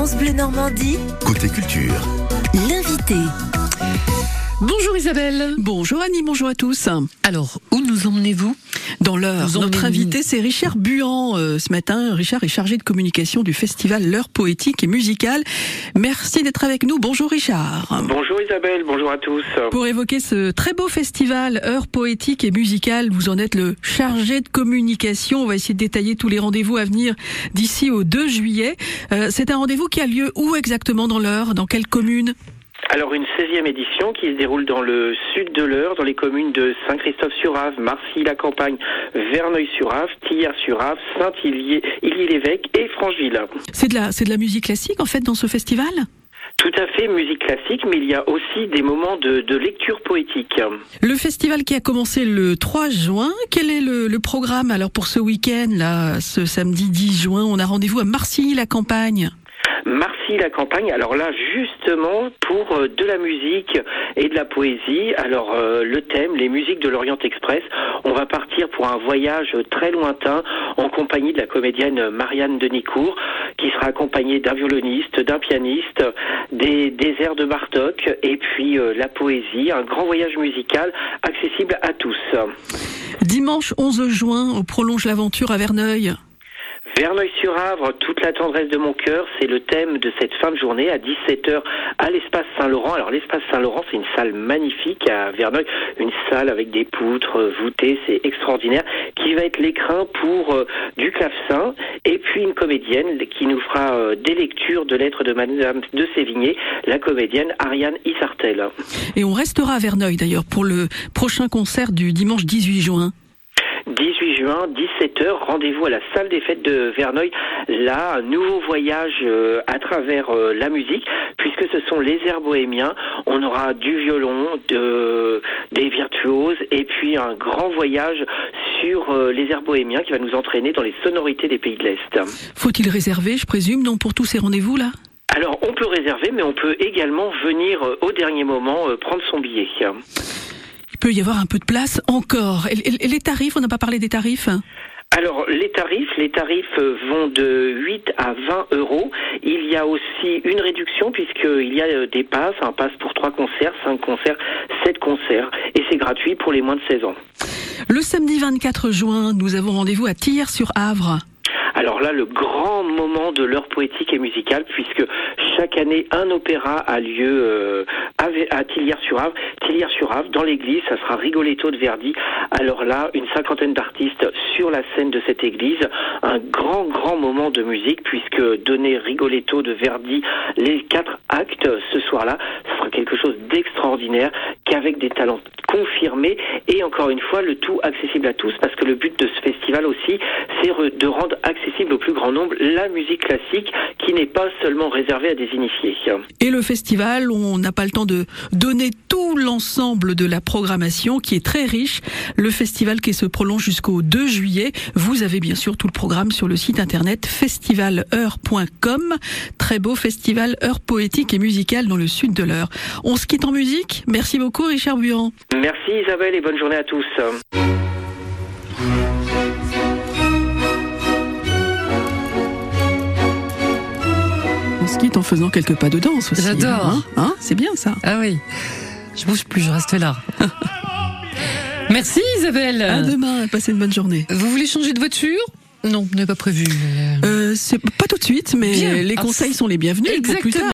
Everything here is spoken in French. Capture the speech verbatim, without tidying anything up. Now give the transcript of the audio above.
France Bleu Normandie, Côté culture, l'invité. Bonjour Isabelle. Bonjour Annie, bonjour à tous. Alors, où nous emmenez-vous? Dans l'heure, Nous notre emmenez-vous invité c'est Richard Buan. Euh, ce matin, Richard est chargé de communication du festival L'Heure Poétique et Musicale. Merci d'être avec nous. Bonjour Richard. Bonjour Isabelle, bonjour à tous. Pour évoquer ce très beau festival Heure Poétique et Musicale, vous en êtes le chargé de communication. On va essayer de détailler tous les rendez-vous à venir d'ici au deux juillet. Euh, c'est un rendez-vous qui a lieu où exactement dans l'Eure? Dans quelle commune? Alors une seizième édition qui se déroule dans le sud de l'Eure, dans les communes de Saint-Christophe-sur-Ave, Marcilly-la-Campagne, Verneuil-sur-Ave, Thiers-sur-Ave, Saint-Hélier, Hélier-l'Évêque et Francheville. C'est de la, c'est de la musique classique en fait dans ce festival? Tout à fait, musique classique, mais il y a aussi des moments de, de lecture poétique. Le festival qui a commencé le trois juin, quel est le, le programme alors pour ce week-end, là, ce samedi dix juin? On a rendez-vous à Marcilly-la-Campagne. Marcilly-la-Campagne, alors là justement pour euh, de la musique et de la poésie. Alors euh, le thème, les musiques de l'Orient Express. On va partir pour un voyage très lointain en compagnie de la comédienne Marianne Denicourt, qui sera accompagnée d'un violoniste, d'un pianiste, des, des airs de Bartók et puis euh, la poésie, un grand voyage musical accessible à tous. Dimanche onze juin, on prolonge l'aventure à Verneuil. Verneuil-sur-Avre, toute la tendresse de mon cœur, c'est le thème de cette fin de journée à dix-sept heures à l'espace Saint-Laurent. Alors l'espace Saint-Laurent, c'est une salle magnifique à Verneuil, une salle avec des poutres voûtées, c'est extraordinaire, qui va être l'écrin pour euh, du clavecin et puis une comédienne qui nous fera euh, des lectures de lettres de Madame de Sévigné, la comédienne Ariane Issartel. Et on restera à Verneuil d'ailleurs pour le prochain concert du dimanche dix-huit juin. dix-huit juin, dix-sept heures, rendez-vous à la salle des fêtes de Verneuil. Là, un nouveau voyage euh, à travers euh, la musique, puisque ce sont les airs bohémiens. On aura du violon, de, des virtuoses, et puis un grand voyage sur euh, les airs bohémiens qui va nous entraîner dans les sonorités des pays de l'Est. Faut-il réserver, je présume, non, pour tous ces rendez-vous là? Alors, on peut réserver, mais on peut également venir euh, au dernier moment euh, prendre son billet. Il peut y avoir un peu de place encore. Et, et, et les tarifs, on n'a pas parlé des tarifs? Alors, les tarifs, les tarifs vont de huit à vingt euros. Il y a aussi une réduction puisqu'il y a des passes, un pass pour trois concerts, cinq concerts, sept concerts. Et c'est gratuit pour les moins de seize ans. Le samedi vingt-quatre juin, nous avons rendez-vous à Thiers-sur-Avre. Alors là, le grand moment de l'heure poétique et musicale, puisque chaque année, un opéra a lieu euh, à Thiers-sur-Ave. Thiers-sur-Ave, dans l'église, ça sera Rigoletto de Verdi. Alors là, une cinquantaine d'artistes sur la scène de cette église. Un grand, grand moment de musique, puisque donner Rigoletto de Verdi, les quatre actes ce soir-là, ce sera quelque chose d'extraordinaire, qu'avec des talents confirmés, et encore une fois, le tout accessible à tous, parce que le but de ce festival aussi, c'est de rendre accessible au plus grand nombre la musique classique qui n'est pas seulement réservée à des initiés. Et le festival, on n'a pas le temps de donner tout l'ensemble de la programmation qui est très riche. Le festival qui se prolonge jusqu'au deux juillet. Vous avez bien sûr tout le programme sur le site internet festival heure point com. Très beau festival Heure Poétique et Musicale dans le sud de l'Eure. On se quitte en musique. Merci beaucoup Richard Buan. Merci Isabelle et bonne journée à tous. On se quitte en faisant quelques pas de danse aussi. J'adore. Hein, hein, c'est bien ça. Ah oui. Je bouge plus, je reste là. Merci Isabelle. À demain, passez une bonne journée. Vous voulez changer de voiture? Non, vous n'avez pas prévu. Euh, c'est pas tout de suite, mais Bien. les Ah, conseils sont les bienvenus. Pour plus tard.